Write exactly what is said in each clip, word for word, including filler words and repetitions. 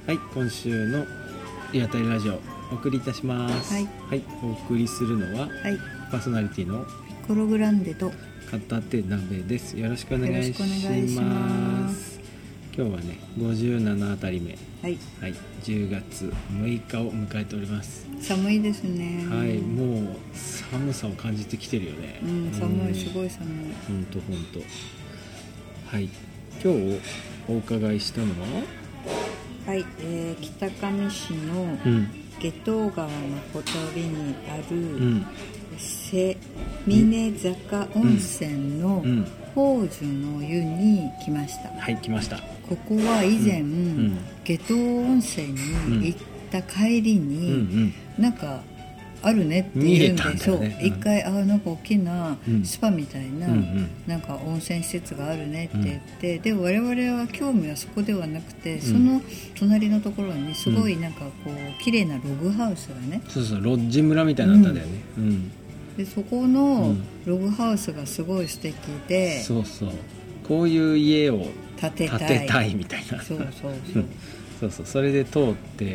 はい、今週の岩谷ラジオお送りいたします。 はい、 はい、お送りするのは、 はい、 パーソナリティのピコログランデと片手鍋です。よろしくお願いします。 よろしくお願いします。 今日はねごじゅうななあたりめ、 はいはい、じゅうがつむいかを迎えております。 寒いですね。 はい、もう寒さを感じてきてるよね。 うん、寒い、すごい寒い。 ほんとほんと。はい、今日お伺いしたのは、 はい、えー、北上市の夏油川のほとりにある、うん、瀬峰坂温泉の宝珠の湯に来ました。 はい、来ました。 ここは以前、うんうん、夏油温泉に行った帰りに、うんうんうん、なんかあるねっていうんで、ね、そう一回、あなんか大きなスパみたいな、うんうん、なんか温泉施設があるねって言って、うん、で我々は興味はそこではなくて、うん、その隣のところにすごいなんかこう綺麗なログハウスがね、 そうそう、ロッジ村みたいになったんだよね、うんうん、 でそこのログハウスがすごい素敵で、 うん、そうそう、こういう家を建てたい、 建てたいみたいな、 そうそうそうそうそう、それで通って、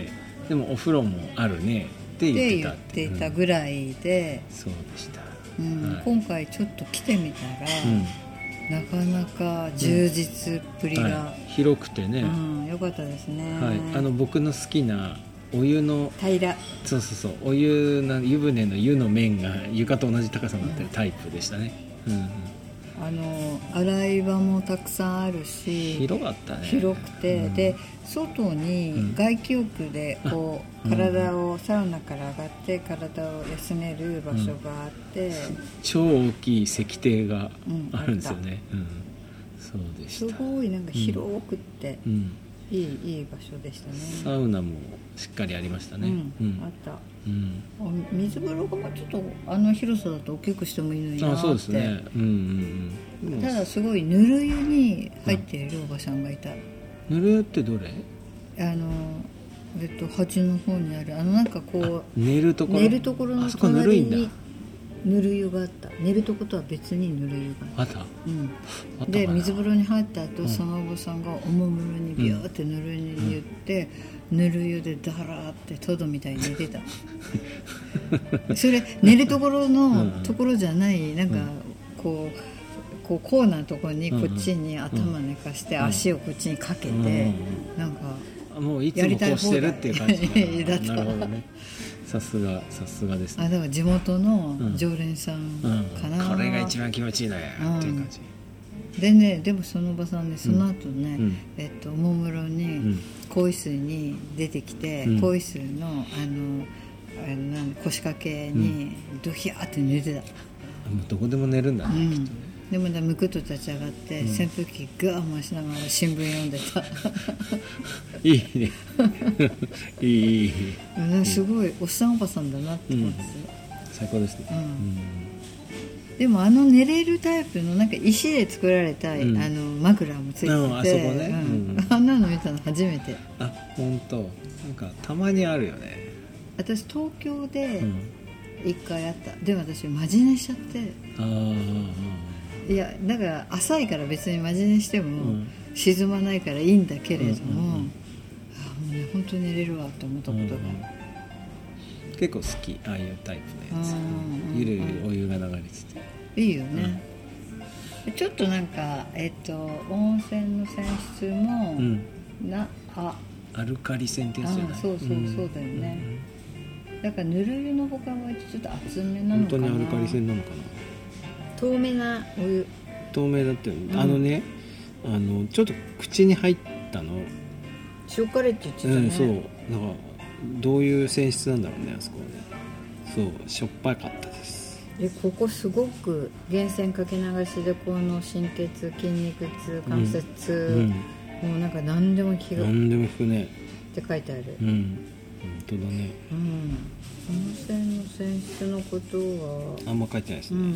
でもお風呂もあるねって言ってたって言ってたぐらいで、 うん、そうでした、 うんはい、今回ちょっと来てみたら、うん、なかなか充実っぷりが、うんはい、広くてね、うん、よかったですね、 はい、あの僕の好きなお湯の平ら、 そうそうそう、お湯の湯船の湯の面が床と同じ高さになってるタイプでしたね、うんうん、 あの洗い場もたくさんあるし、 広かったね、 広くて、うん、で外に外気浴でこう、うん、体をサウナから上がって体を休める場所があって、うん、 超大きい石庭があるんですよね、うんうん、そうでした。 すごいなんか広くって、うん、いいいい場所でしたね。 サウナもしっかりありましたね、 うんうん、あった、うん、水風呂がもうちょっとあの広さだと大きくしてもいいのになって。あ、そうですね、うんうんうん、ただすごいぬる湯に入っているおばさんがいた。 ぬる湯ってどれ？ あのえっと端の方にあるあのなんかこう寝るところ、 寝るところの隣にぬる湯があった。寝るとことは別にぬる湯があった。 あった、 うん、あったで水風呂に入った後、うん、そのおばさんがおもむろにビューってぬる湯に言って、うん、ぬる湯でダラーってトドみたいに寝てたそれ寝るところのところじゃないなんかこうこうコーナーのところにこっちに頭寝かして足をこっちにかけて、なんかもういつもこうしてるっていう感じだった。 なるほどね、さすがさすがですね。 あ、だから地元の常連さんかな、 うんうん、これが一番気持ちいいのよっていう感じ、 うん、でね、でもそのおばさんね、その後ね、うん、えっとおもむろに更衣室に出てきて、うん、更衣室のあのあのなん腰掛けにドヒャーって寝てた、 うん、もうどこでも寝るんだね、うん、きっとね。 でもむくっと立ち上がって、うん、扇風機ガー回しながら新聞読んでたいいねいいいい、 うん、すごいおっさんおばさんだなって思って、うん、 最高ですね、うんうん、でもあの寝れるタイプのなんか石で作られた、うん、あの枕もついてて、うん、 あそこね、うん、 あんなの見たの初めて。 あ、本当。なんかたまにあるよね。 私東京で一回あった、でも私マジ寝しちゃって、あいやだから浅いから別にマジ寝しても沈まないからいいんだけれども、うんうんうん、あもうね本当に寝れるわと思ったことが、 うん、結構好き、ああいうタイプのやつ、ゆるゆるお湯が流れてていいよね、うん、ちょっとなんかえっと温泉の泉質も、うん、なあアルカリ泉ってやつじゃない？ そうそうそうだよね、うん、だからぬる湯の他はちょっと厚めなのかな。 本当にアルカリ泉なのかな。 透明なお湯、 透明だって、うん、あのね、あのちょっと口に入ったの塩カレーって言ってたね、 うん、そうだからどういう泉質なんだろうね、あそこはね。そう、しょっぱかったです。 でここすごく源泉かけ流しでこの心血筋肉痛関節痛、うん、もうなんか何でも効く、 何でも効くねって書いてある、 うん、本当だね、 うん、温泉の泉質のことはあんま書いてないですね、うんうん、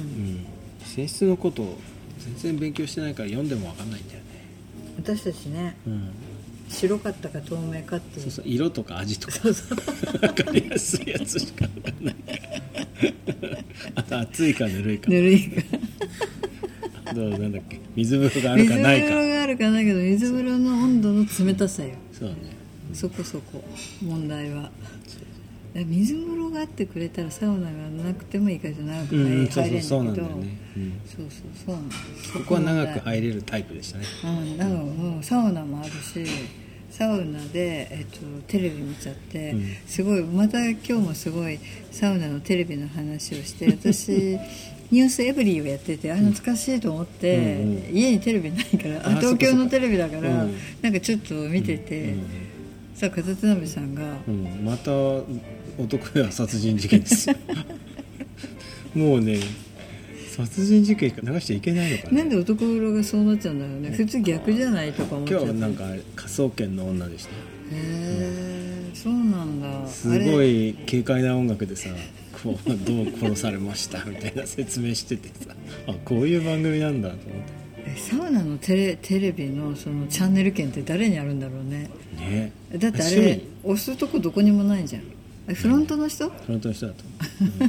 泉質のことを全然勉強してないから読んでも分かんないんだよね。私たちね、うん、白かったか透明かっていう、 そうそう、色とか味とかそうそう分かりやすいやつしか分かんないあと熱いかぬるいかぬるいかどうなんだっけ、水風呂があるかないか。 水風呂があるかないけど水風呂の温度の冷たさよ。 そうね、 そこそこ問題は水風呂があってくれたらサウナがなくてもいいから長く入れるんだけど、そうそうそうそうなんです。 ここは長く入れるタイプでしたね。 うん、だからもうサウナもあるし、サウナで、えっと、テレビ見ちゃって、うん、すごいまた今日もすごいサウナのテレビの話をして私ニュースエブリーをやってて、あ懐かしいと思って、うんうん、家にテレビないからあ東京のテレビだから、うん、なんかちょっと見てて、うんうん、さあ片手鍋さんが、 うん、また男や殺人事件ですもうね殺人事件しか流しちゃいけないのかな。 なんで男風呂がそうなっちゃうんだろうね。普通逆じゃないとか思っちゃって。 今日はなんか科捜研の女でした。へえ、うん、そうなんだ。 すごい軽快な音楽でさ、こうどう殺されましたみたいな説明しててさ、あこういう番組なんだと思って。 えサウナのテレ、テレビのそのチャンネル権って誰にあるんだろうね。 ね。 だってあれ押すとこどこにもないじゃん。フロントの人？ フロントの人だと思う、うん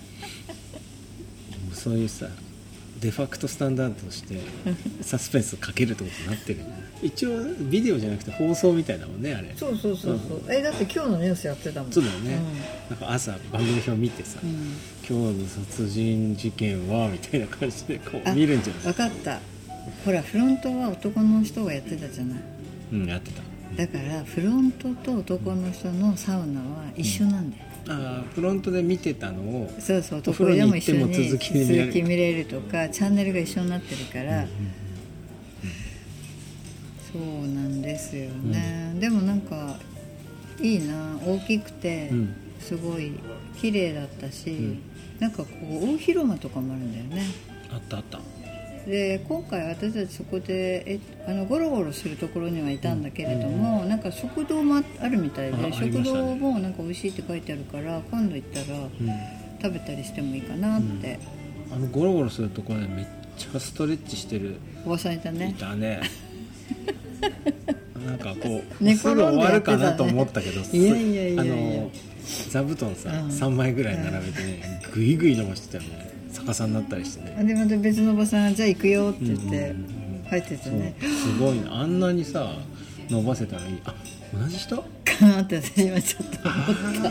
そういうさデファクトスタンダードとしてサスペンスをかけるってことになってる一応ビデオじゃなくて放送みたいなもんねあれ。 そうそうそうそう、うん、えだって今日のニュースやってたもん。 そうだよね、うん、なんか朝番組表見てさ、うん、今日の殺人事件はみたいな感じでこう見るんじゃない。 分かった。ほらフロントは男の人がやってたじゃない。 うんやってた。 だからフロントと男の人のサウナは一緒なんだよ、 うん、あフロントで見てたのをそうそうお風呂に行っても続きで見れる、続き見れるとかチャンネルが一緒になってるから、うんうんうん、そうなんですよね、うん、でもなんかいいな大きくてすごい綺麗だったし、うん、なんかこう大広間とかもあるんだよね。 あったあった。 で今回私たちそこでえあのゴロゴロするところにはいたんだけれども、うん、なんか食堂もあるみたいで、ね、食堂もなんか美味しいって書いてあるから今度行ったら、うん、食べたりしてもいいかなって、 うん、あのゴロゴロするところでめっちゃストレッチしてるおばさんいたね。 いたねなんかこう寝転んでやってたね、すぐ終わるかなと思ったけどいやいやいやいやあの座布団さ、うん、さんまいぐらい並べてね、うん、グイグイ伸ばしてたよね。逆さになったりしてね。 でまた別のおばさんがじゃあ行くよって言って入っててね、 うんうん、すごいね。あんなにさ伸ばせたらいい。あ同じ人かなって私今ちょっと思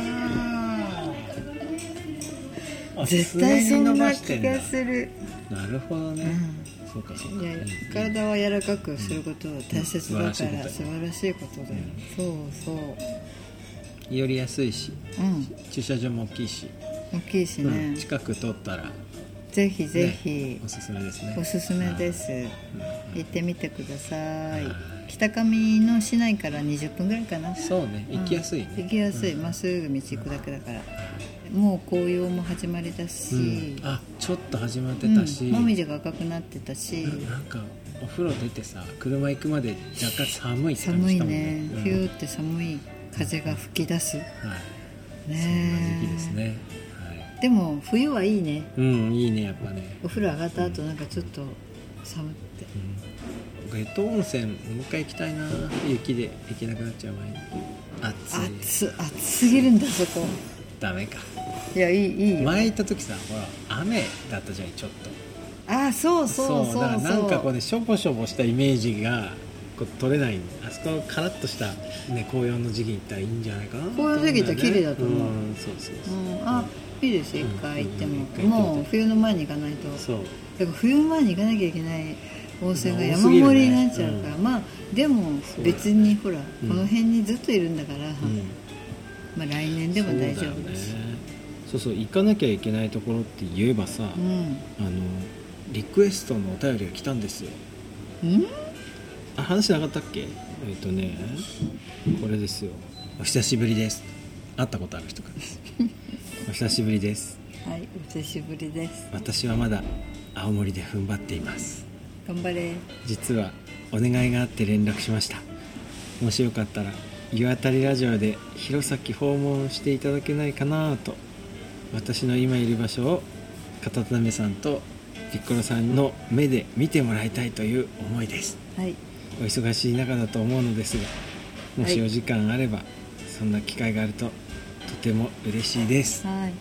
った絶対そんな気がする。 なるほどね、うん、そうかそうか。いや体を柔らかくすることは大切だから、うん、素晴らしいことだよ、うん、そうそう寄りやすいし、うん、駐車場も大きいし大きいしね、 うん、近く通ったらぜひぜひ、 ね、おすすめですね。 おすすめです、うん、行ってみてください。北上の市内からにじゅっぷんぐらいかな。 そうね行きやすいね、 うん、行きやすい、ま、っすぐ道行くだけだから、もう紅葉も始まりだし、うん、 あちょっと始まってたし、 うん、もみじが赤くなってたし、 なんかお風呂出てさ車行くまで若干寒いって感じしたもんね。寒いね、ヒューって寒い風が吹き出す、うん、はいね、そんな時期ですね。 でも冬はいいね。 うんいいねやっぱね。 お風呂上がった後なんかちょっと寒って、 うん、越冬温泉もう一回行きたいな。雪で行けなくなっちゃう前に。暑い。 暑暑すぎるんだそこ。 ダメか。 いやいいいいよ。 前行った時さほら雨だったじゃんちょっと。 あそうそうそうそう。 だからなんかこうねしょぼしょぼしたイメージがこう取れない。あそこカラッとしたね紅葉の時期に行ったらいいんじゃないかな。 紅葉の時期行ったら綺麗だと思う。 うんそうそうそう。うん、あいいですよ一回行っても、うん、もう冬の前に行かないと。そうだから冬の前に行かなきゃいけない温泉が山盛りになっちゃうから、ねうん、まあでも別にほら、うん、この辺にずっといるんだから、うんまあ、来年でも大丈夫です。 そう、そうそう行かなきゃいけないところって言えばさ、うん、あのリクエストのお便りが来たんですよ。んあ話なかったっけ。えっとねこれですよ。お久しぶりです。会ったことある人からですお久しぶりです。 はい、お久しぶりです。 私はまだ青森で踏ん張っています。 頑張れ。 実はお願いがあって連絡しました。もしよかったら湯あたりラジオで弘前訪問していただけないかなと、私の今いる場所を片田鍋さんとピッコロさんの目で見てもらいたいという思いです、はい、お忙しい中だと思うのですが、もしお時間あれば、はい、そんな機会があるととても嬉しいです、はい、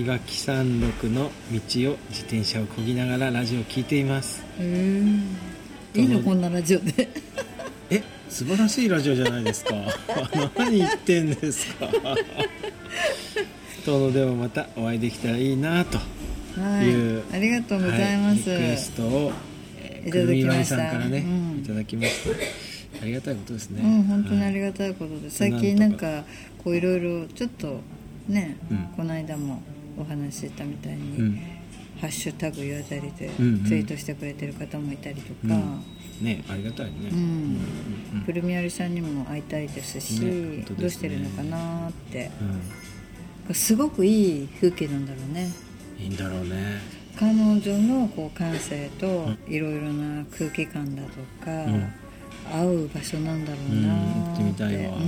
岩木山麓の道を自転車を漕ぎながらラジオを聞いています。うーんいいのこんなラジオでえ素晴らしいラジオじゃないですか何言ってんですかとのでもまたお会いできたらいいなという、 はい、ありがとうございます、 はい、リクエストを、えー、 いただきました。 くるみまりさんからね、うん、いただきました。ありがたいことですね。 うん本当にありがたいことで、はい、最近なんかこういろいろちょっとね、うん、この間もお話ししたみたいに、うん、ハッシュタグ言わたりでツイートしてくれてる方もいたりとか、うんね、ありがたいね、うんうん、くるみありさんにも会いたいですし、ね、どうしてるのかなって、うん、すごくいい風景なんだろうね。 いいんだろうね。 彼女のこう感性といろいろな空気感だとか、うん、合う場所なんだろうなって、うん、行ってみたいわ、うんうん、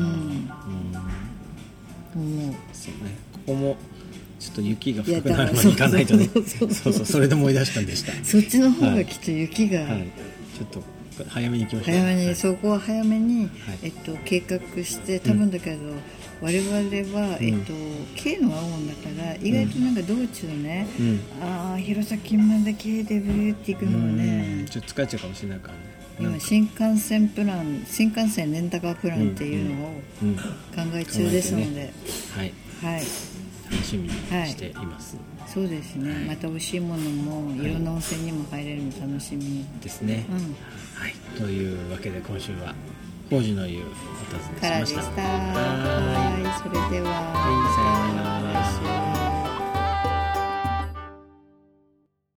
思う。 そうね、ここもちょっと雪が深くなるまで行かないとね。そうそうそれで思い出したんでした。 そっちの方がきっと雪が、はいはい、 ちょっと早めに行きましょう。 早めに、はい、そこは早めに、 はいえっと、計画して多分だけど、うん、我々は、えっと、軽のワゴンだから意外となんか道中ね、うん、ああ弘前まで軽でブーって行くのはね、 うん、ちょっと疲れちゃうかもしれないからね。 今新幹線プラン新幹線レンタカープランっていうのを考え中ですので、うんうんね、 はい、はい、楽しみにしています、 はい、そうですね、はい、また美味しいものもいろんな温泉にも入れるの楽しみですね、うんはい、というわけで今週は宝珠の湯をお尋ねしました。 からでした。はい、それでは、 はい、さようなら。